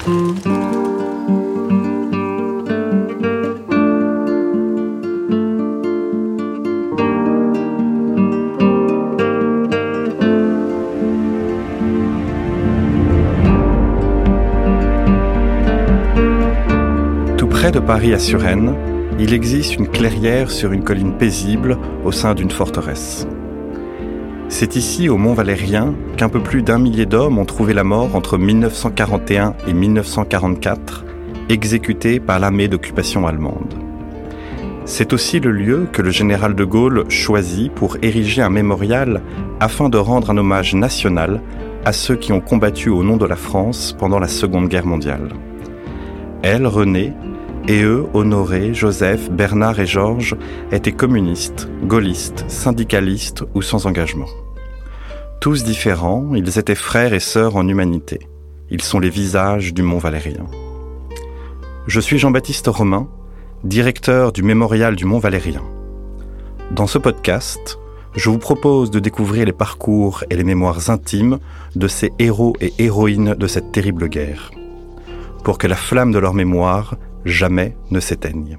Près de Paris à Suresnes, il existe une clairière sur une colline paisible au sein d'une forteresse. C'est ici, au Mont Valérien, qu'un peu plus d'1 millier d'hommes ont trouvé la mort entre 1941 et 1944, exécutés par l'armée d'occupation allemande. C'est aussi le lieu que le général de Gaulle choisit pour ériger un mémorial afin de rendre un hommage national à ceux qui ont combattu au nom de la France pendant la Seconde Guerre mondiale. Elle, Renée, et eux, Honoré, Joseph, Bernard et Georges, étaient communistes, gaullistes, syndicalistes ou sans engagement. Tous différents, ils étaient frères et sœurs en humanité. Ils sont les visages du Mont Valérien. Je suis Jean-Baptiste Romain, directeur du Mémorial du Mont Valérien. Dans ce podcast, je vous propose de découvrir les parcours et les mémoires intimes de ces héros et héroïnes de cette terrible guerre, pour que la flamme de leur mémoire jamais ne s'éteigne.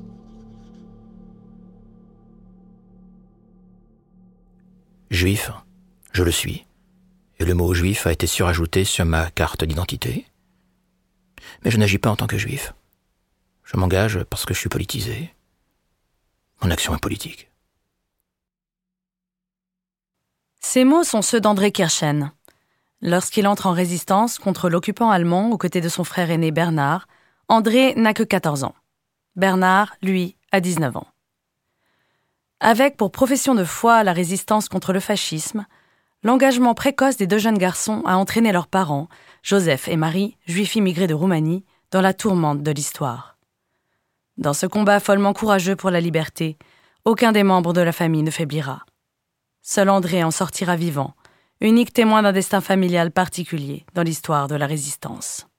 Juif, je le suis, et le mot juif a été surajouté sur ma carte d'identité. Mais je n'agis pas en tant que juif. Je m'engage parce que je suis politisé. Mon action est politique. Ces mots sont ceux d'André Kirchen. Lorsqu'il entre en résistance contre l'occupant allemand aux côtés de son frère aîné Bernard, André n'a que 14 ans. Bernard, lui, a 19 ans. Avec pour profession de foi la résistance contre le fascisme, l'engagement précoce des deux jeunes garçons a entraîné leurs parents, Joseph et Marie, juifs immigrés de Roumanie, dans la tourmente de l'histoire. Dans ce combat follement courageux pour la liberté, aucun des membres de la famille ne faiblira. Seul André en sortira vivant, unique témoin d'un destin familial particulier dans l'histoire de la résistance.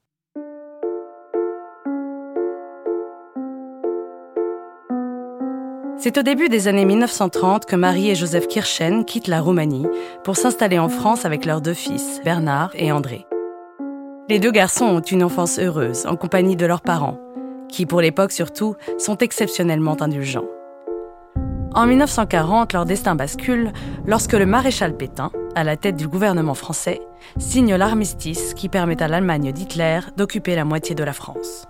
C'est au début des années 1930 que Marie et Joseph Kirchen quittent la Roumanie pour s'installer en France avec leurs deux fils, Bernard et André. Les deux garçons ont une enfance heureuse en compagnie de leurs parents, qui, pour l'époque surtout, sont exceptionnellement indulgents. En 1940, leur destin bascule lorsque le maréchal Pétain, à la tête du gouvernement français, signe l'armistice qui permet à l'Allemagne d'Hitler d'occuper la moitié de la France.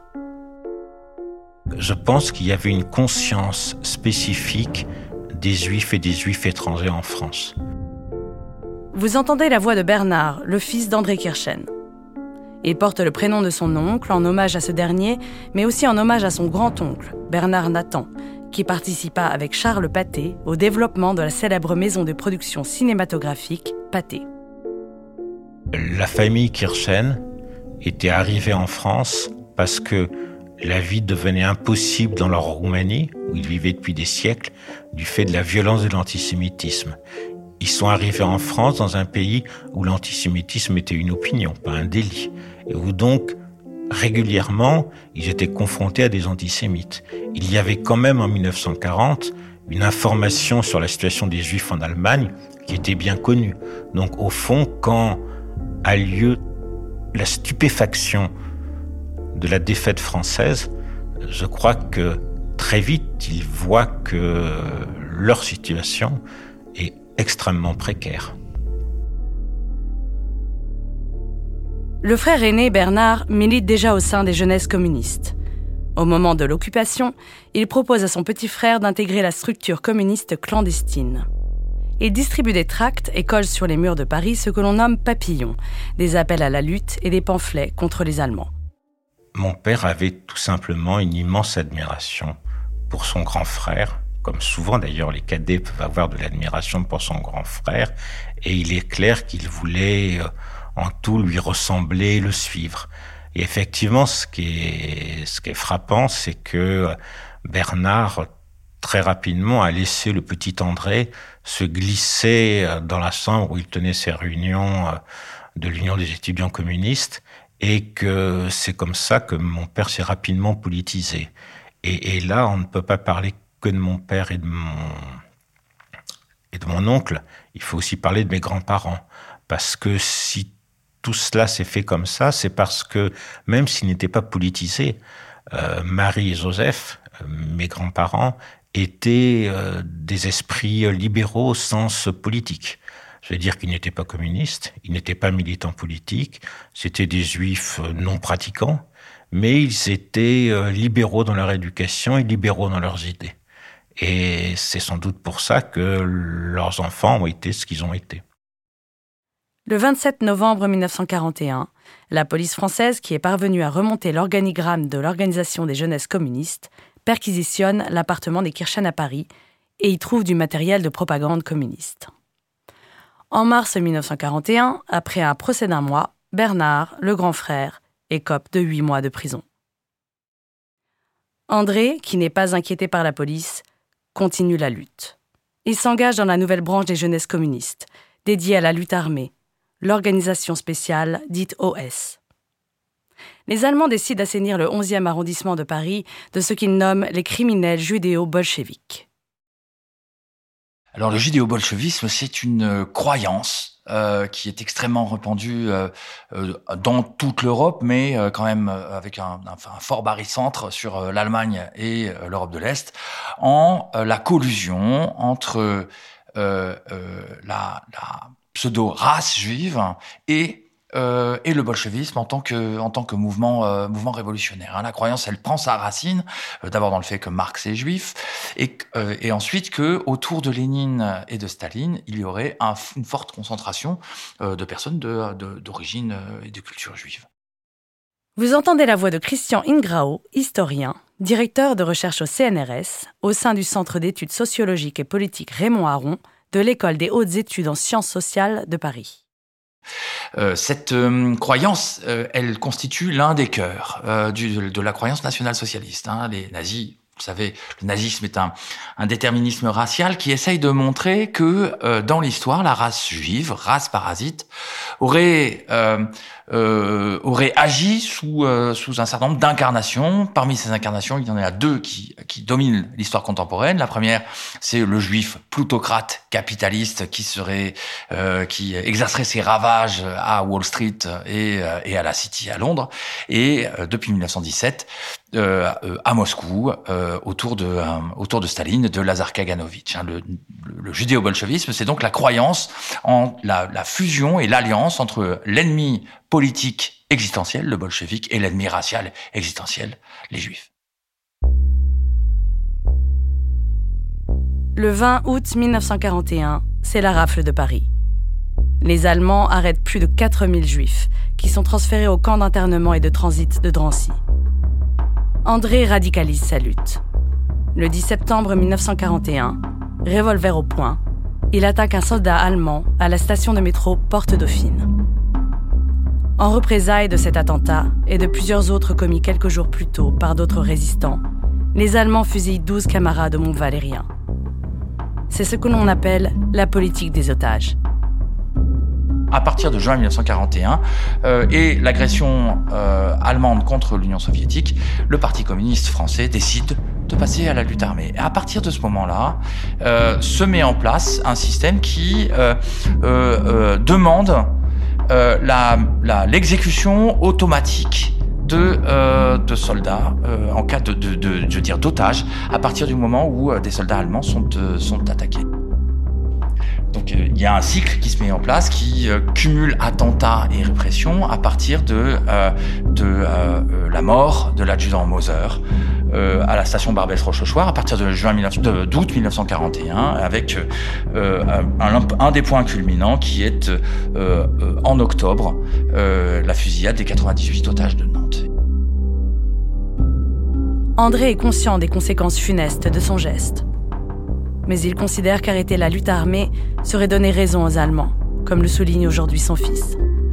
Je pense qu'il y avait une conscience spécifique des Juifs et des Juifs étrangers en France. Vous entendez la voix de Bernard, le fils d'André Kirchen. Il porte le prénom de son oncle en hommage à ce dernier, mais aussi en hommage à son grand-oncle, Bernard Nathan, qui participa avec Charles Pathé au développement de la célèbre maison de production cinématographique Pathé. La famille Kirchen était arrivée en France parce que la vie devenait impossible dans leur Roumanie, où ils vivaient depuis des siècles, du fait de la violence de l'antisémitisme. Ils sont arrivés en France dans un pays où l'antisémitisme était une opinion, pas un délit, et où donc, régulièrement, ils étaient confrontés à des antisémites. Il y avait quand même, en 1940, une information sur la situation des Juifs en Allemagne qui était bien connue. Donc, au fond, quand a lieu la stupéfaction de la défaite française, je crois que très vite, ils voient que leur situation est extrêmement précaire. Le frère aîné, Bernard, milite déjà au sein des jeunesses communistes. Au moment de l'occupation, il propose à son petit frère d'intégrer la structure communiste clandestine. Il distribue des tracts et colle sur les murs de Paris ce que l'on nomme papillons, des appels à la lutte et des pamphlets contre les Allemands. Mon père avait tout simplement une immense admiration pour son grand frère, comme souvent d'ailleurs les cadets peuvent avoir de l'admiration pour son grand frère, et il est clair qu'il voulait en tout lui ressembler, le suivre. Et effectivement, ce qui est frappant, c'est que Bernard, très rapidement, a laissé le petit André se glisser dans la chambre où il tenait ses réunions de l'Union des étudiants communistes, et que c'est comme ça que mon père s'est rapidement politisé. Et là, on ne peut pas parler que de mon père et de mon oncle. Il faut aussi parler de mes grands-parents. Parce que si tout cela s'est fait comme ça, c'est parce que, même s'ils n'étaient pas politisés, Marie et Joseph, mes grands-parents, étaient des esprits libéraux au sens politique. Je veux dire qu'ils n'étaient pas communistes, ils n'étaient pas militants politiques, c'était des juifs non pratiquants, mais ils étaient libéraux dans leur éducation et libéraux dans leurs idées. Et c'est sans doute pour ça que leurs enfants ont été ce qu'ils ont été. Le 27 novembre 1941, la police française, qui est parvenue à remonter l'organigramme de l'Organisation des jeunesses communistes, perquisitionne l'appartement des Kirchen à Paris et y trouve du matériel de propagande communiste. En mars 1941, après un procès d'1 mois, Bernard, le grand frère, écope de 8 mois de prison. André, qui n'est pas inquiété par la police, continue la lutte. Il s'engage dans la nouvelle branche des jeunesses communistes, dédiée à la lutte armée, l'organisation spéciale dite OS. Les Allemands décident d'assainir le 11e arrondissement de Paris de ce qu'ils nomment les criminels judéo-bolcheviques. Alors le judéo-bolchevisme, c'est une croyance qui est extrêmement répandue dans toute l'Europe, mais quand même avec un fort barycentre sur l'Allemagne et l'Europe de l'Est, en la collusion entre la pseudo-race juive et le bolchevisme en tant que mouvement révolutionnaire. La croyance, elle prend sa racine d'abord dans le fait que Marx est juif et ensuite que autour de Lénine et de Staline, il y aurait une forte concentration de personnes d'origine et de culture juive. Vous entendez la voix de Christian Ingrao, historien, directeur de recherche au CNRS, au sein du Centre d'études sociologiques et politiques Raymond Aron, de l'École des hautes études en sciences sociales de Paris. Cette croyance, elle constitue l'un des cœurs de la croyance nationale-socialiste. Les nazis, vous savez, le nazisme est un déterminisme racial qui essaye de montrer que dans l'histoire, la race juive, race parasite, aurait agi sous un certain nombre d'incarnations. Parmi ces incarnations, il y en a 2 qui dominent l'histoire contemporaine. La première, c'est le juif plutocrate capitaliste qui exercerait ses ravages à Wall Street et à la City à Londres. Et depuis 1917, à Moscou, autour de Staline, de Lazar Kaganovitch. Le judéo-bolchevisme, c'est donc la croyance en la fusion et l'alliance entre l'ennemi politique existentiel, le bolchevique, et l'ennemi racial existentiel, les juifs. Le 20 août 1941, c'est la rafle de Paris. Les Allemands arrêtent plus de 4000 juifs, qui sont transférés au camp d'internement et de transit de Drancy. André radicalise sa lutte. Le 10 septembre 1941, revolver au poing, il attaque un soldat allemand à la station de métro Porte Dauphine. En représailles de cet attentat et de plusieurs autres commis quelques jours plus tôt par d'autres résistants, les Allemands fusillent 12 camarades au Mont-Valérien. C'est ce que l'on appelle la politique des otages. À partir de juin 1941 et l'agression allemande contre l'Union soviétique, le Parti communiste français décide de passer à la lutte armée. Et à partir de ce moment-là, se met en place un système qui demande l'exécution automatique de soldats en cas d'otages à partir du moment où des soldats allemands sont attaqués. Donc il y a un cycle qui se met en place qui cumule attentats et répression à partir de la mort de l'adjudant Moser à la station Barbès-Rochechouart à partir d'août 1941 avec un des points culminants qui est en octobre la fusillade des 98 otages de Nantes. André est conscient des conséquences funestes de son geste. Mais il considère qu'arrêter la lutte armée serait donner raison aux Allemands, comme le souligne aujourd'hui son fils.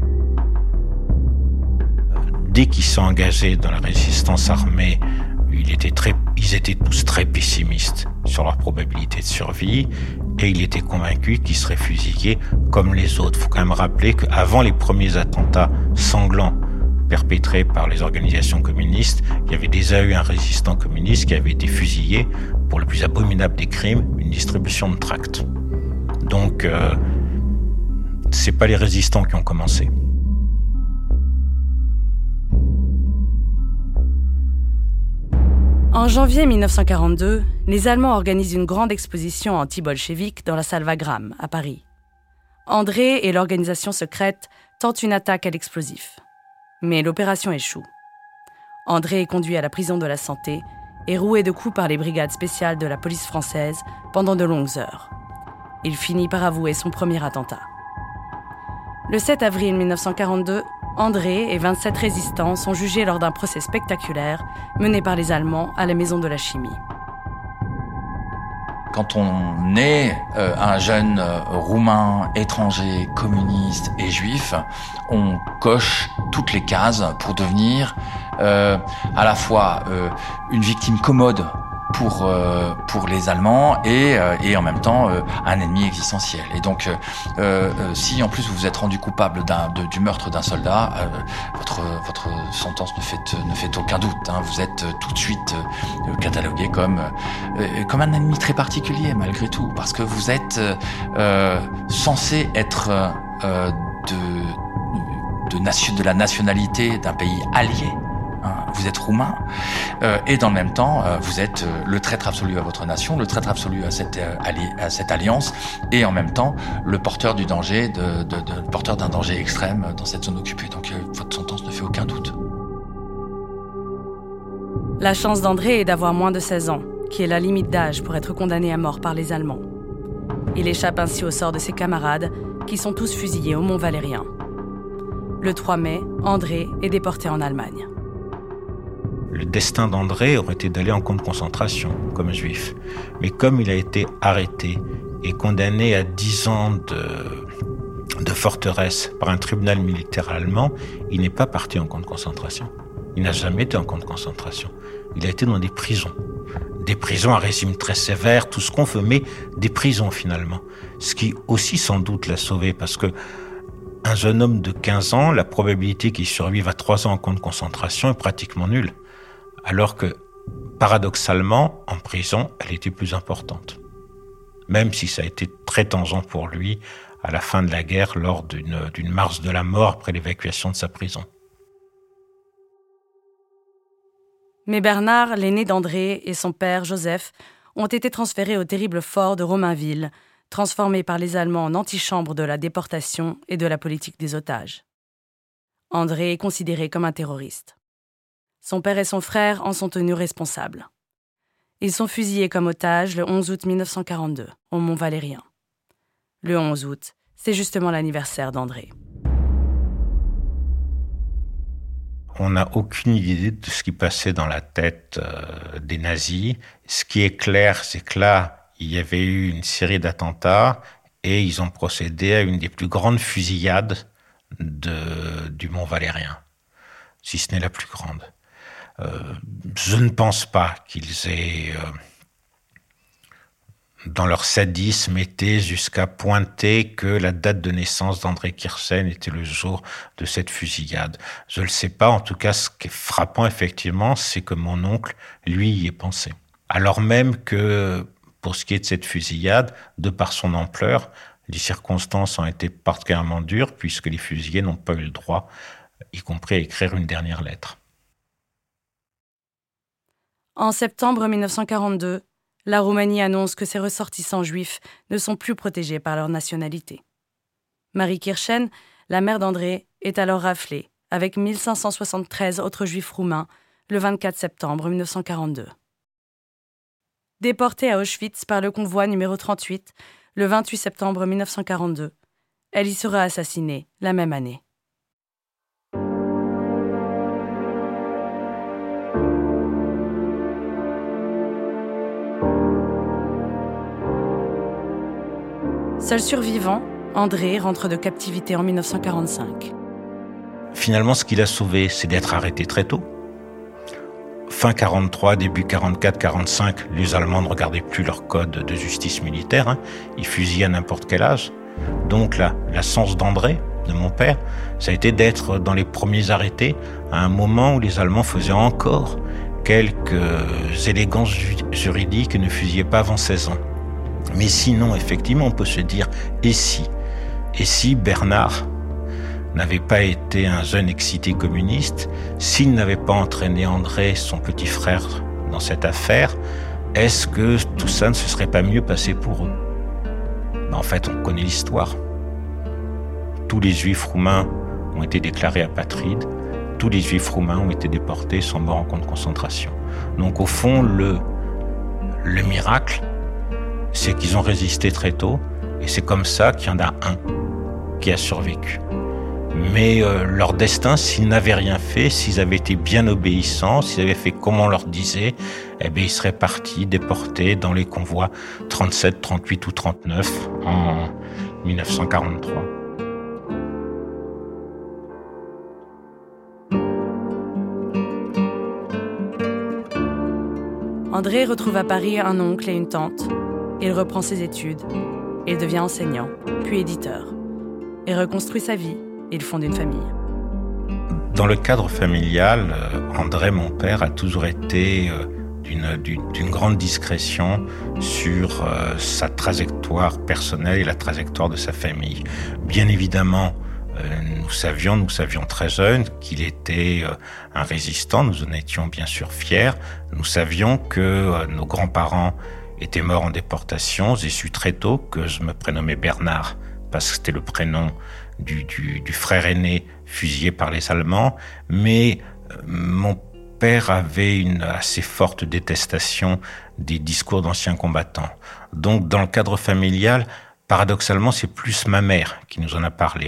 Dès qu'ils sont engagés dans la résistance armée, ils étaient tous très pessimistes sur leur probabilité de survie et ils étaient convaincus qu'ils seraient fusillés comme les autres. Il faut quand même rappeler qu'avant les premiers attentats sanglants perpétrés par les organisations communistes, il y avait déjà eu un résistant communiste qui avait été fusillé pour le plus abominable des crimes, une distribution de tracts. Donc, c'est pas les résistants qui ont commencé. En janvier 1942, les Allemands organisent une grande exposition anti-bolchevique dans la salle Wagram, à Paris. André et l'organisation secrète tentent une attaque à l'explosif. Mais l'opération échoue. André est conduit à la prison de la Santé et roué de coups par les brigades spéciales de la police française pendant de longues heures. Il finit par avouer son premier attentat. Le 7 avril 1942, André et 27 résistants sont jugés lors d'un procès spectaculaire mené par les Allemands à la Maison de la Chimie. Quand on est un jeune roumain, étranger, communiste et juif, on coche toutes les cases pour devenir à la fois une victime commode pour les Allemands et en même temps un ennemi existentiel. Et donc, si en plus vous vous êtes rendu coupable du meurtre d'un soldat, votre sentence ne fait aucun doute. Hein. Vous êtes tout de suite catalogué comme un ennemi très particulier malgré tout, parce que vous êtes censé être de la nationalité d'un pays allié. Vous êtes roumain, et dans le même temps, vous êtes le traître absolu à votre nation, le traître absolu à cette alliance, et en même temps, le porteur du danger, le porteur d'un danger extrême dans cette zone occupée. Donc, votre sentence ne fait aucun doute. La chance d'André est d'avoir moins de 16 ans, qui est la limite d'âge pour être condamné à mort par les Allemands. Il échappe ainsi au sort de ses camarades, qui sont tous fusillés au Mont Valérien. Le 3 mai, André est déporté en Allemagne. Le destin d'André aurait été d'aller en camp de concentration, comme juif. Mais comme il a été arrêté et condamné à 10 ans de forteresse par un tribunal militaire allemand, il n'est pas parti en camp de concentration. Il n'a jamais été en camp de concentration. Il a été dans des prisons. Des prisons à régime très sévère, tout ce qu'on veut, mais des prisons finalement. Ce qui aussi sans doute l'a sauvé, parce que un jeune homme de 15 ans, la probabilité qu'il survive à 3 ans en camp de concentration est pratiquement nulle. Alors que, paradoxalement, en prison, elle était plus importante. Même si ça a été très tangent pour lui à la fin de la guerre, lors d'une marche de la mort après l'évacuation de sa prison. Mais Bernard, l'aîné d'André, et son père, Joseph, ont été transférés au terrible fort de Romainville, transformé par les Allemands en antichambre de la déportation et de la politique des otages. André est considéré comme un terroriste. Son père et son frère en sont tenus responsables. Ils sont fusillés comme otages le 11 août 1942, au Mont Valérien. Le 11 août, c'est justement l'anniversaire d'André. On n'a aucune idée de ce qui passait dans la tête des nazis. Ce qui est clair, c'est que là, il y avait eu une série d'attentats et ils ont procédé à une des plus grandes fusillades du Mont Valérien, si ce n'est la plus grande. Je ne pense pas qu'ils aient, dans leur sadisme, été jusqu'à pointer que la date de naissance d'André Kirchen était le jour de cette fusillade. Je ne le sais pas. En tout cas, ce qui est frappant, effectivement, c'est que mon oncle, lui, y est pensé. Alors même que, pour ce qui est de cette fusillade, de par son ampleur, les circonstances ont été particulièrement dures, puisque les fusillés n'ont pas eu le droit, y compris à écrire une dernière lettre. En septembre 1942, la Roumanie annonce que ses ressortissants juifs ne sont plus protégés par leur nationalité. Marie Kirchen, la mère d'André, est alors raflée, avec 1573 autres juifs roumains, le 24 septembre 1942. Déportée à Auschwitz par le convoi numéro 38, le 28 septembre 1942, elle y sera assassinée la même année. Seul survivant, André rentre de captivité en 1945. Finalement, ce qu'il a sauvé, c'est d'être arrêté très tôt. Fin 43, début 44-45, les Allemands ne regardaient plus leur code de justice militaire. Ils fusillaient à n'importe quel âge. Donc la chance d'André, de mon père, ça a été d'être dans les premiers arrêtés à un moment où les Allemands faisaient encore quelques élégances juridiques et ne fusillaient pas avant 16 ans. Mais sinon, effectivement, on peut se dire, et si Bernard n'avait pas été un jeune excité communiste, s'il n'avait pas entraîné André, son petit frère, dans cette affaire, est-ce que tout ça ne se serait pas mieux passé pour eux ? En fait, on connaît l'histoire. Tous les Juifs roumains ont été déclarés apatrides. Tous les Juifs roumains ont été déportés, sont morts en camp de concentration. Donc au fond, le miracle, c'est qu'ils ont résisté très tôt, et c'est comme ça qu'il y en a un qui a survécu. Mais leur destin, s'ils n'avaient rien fait, s'ils avaient été bien obéissants, s'ils avaient fait comme on leur disait, eh bien, ils seraient partis, déportés dans les convois 37, 38 ou 39 en 1943. André retrouve à Paris un oncle et une tante. Il reprend ses études. Il devient enseignant, puis éditeur. Il reconstruit sa vie. Il fonde une famille. Dans le cadre familial, André, mon père, a toujours été d'une grande discrétion sur sa trajectoire personnelle et la trajectoire de sa famille. Bien évidemment, nous savions très jeunes qu'il était un résistant, nous en étions bien sûr fiers. Nous savions que nos grands-parents étaient morts en déportation. J'ai su très tôt que je me prénommais Bernard, parce que c'était le prénom du frère aîné fusillé par les Allemands. Mais mon père avait une assez forte détestation des discours d'anciens combattants. Donc, dans le cadre familial, paradoxalement, c'est plus ma mère qui nous en a parlé.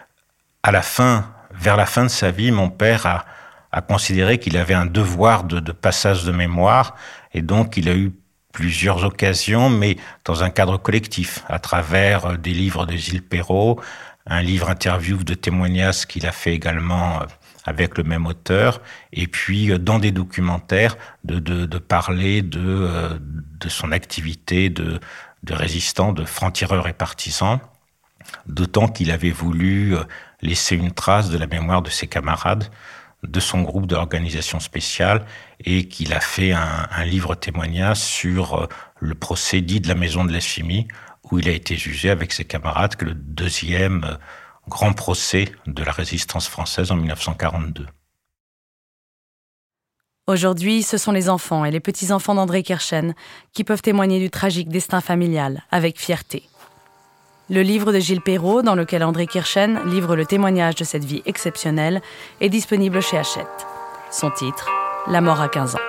Vers la fin de sa vie, mon père a considéré qu'il avait un devoir de passage de mémoire, et donc il a eu plusieurs occasions, mais dans un cadre collectif, à travers des livres de Gilles Perrault, un livre interview de témoignages qu'il a fait également avec le même auteur, et puis dans des documentaires, de parler de son activité de résistant, de franc-tireur et partisan, d'autant qu'il avait voulu laisser une trace de la mémoire de ses camarades, de son groupe d'organisation spéciale, et qu'il a fait un livre témoignage sur le procès dit de la maison de la chimie, où il a été jugé avec ses camarades, que le deuxième grand procès de la résistance française en 1942. Aujourd'hui, ce sont les enfants et les petits-enfants d'André Kirchen qui peuvent témoigner du tragique destin familial avec fierté. Le livre de Gilles Perrault, dans lequel André Kirchen livre le témoignage de cette vie exceptionnelle, est disponible chez Hachette. Son titre, La mort à 15 ans.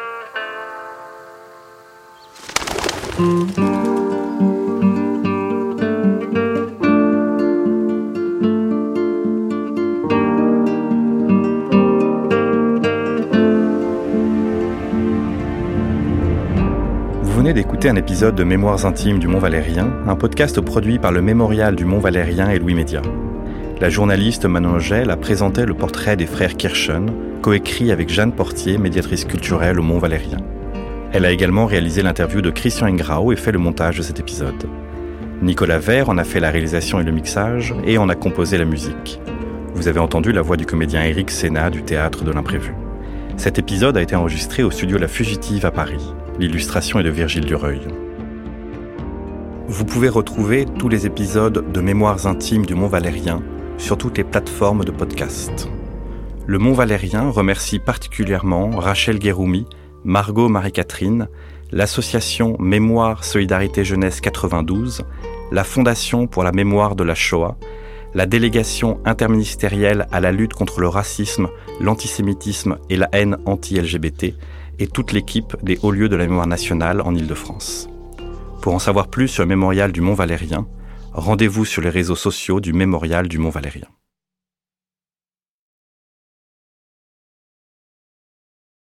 Vous venez d'écouter un épisode de Mémoires intimes du Mont Valérien, un podcast produit par le Mémorial du Mont Valérien et Louis Média. La journaliste Manon Ogel a présenté le portrait des frères Kirchen, coécrit avec Jeanne Portier, médiatrice culturelle au Mont Valérien. Elle a également réalisé l'interview de Christian Ingrao et fait le montage de cet épisode. Nicolas Vert en a fait la réalisation et le mixage et en a composé la musique. Vous avez entendu la voix du comédien Éric Sénat du Théâtre de l'Imprévu. Cet épisode a été enregistré au studio La Fugitive à Paris. L'illustration est de Virgile Dureuil. Vous pouvez retrouver tous les épisodes de Mémoires intimes du Mont Valérien sur toutes les plateformes de podcast. Le Mont Valérien remercie particulièrement Rachel Guéroumi, Margot Marie-Catherine, l'association Mémoire Solidarité Jeunesse 92, la Fondation pour la mémoire de la Shoah, la délégation interministérielle à la lutte contre le racisme, l'antisémitisme et la haine anti-LGBT, et toute l'équipe des hauts lieux de la mémoire nationale en Île-de-France. Pour en savoir plus sur le mémorial du Mont Valérien, rendez-vous sur les réseaux sociaux du mémorial du Mont Valérien.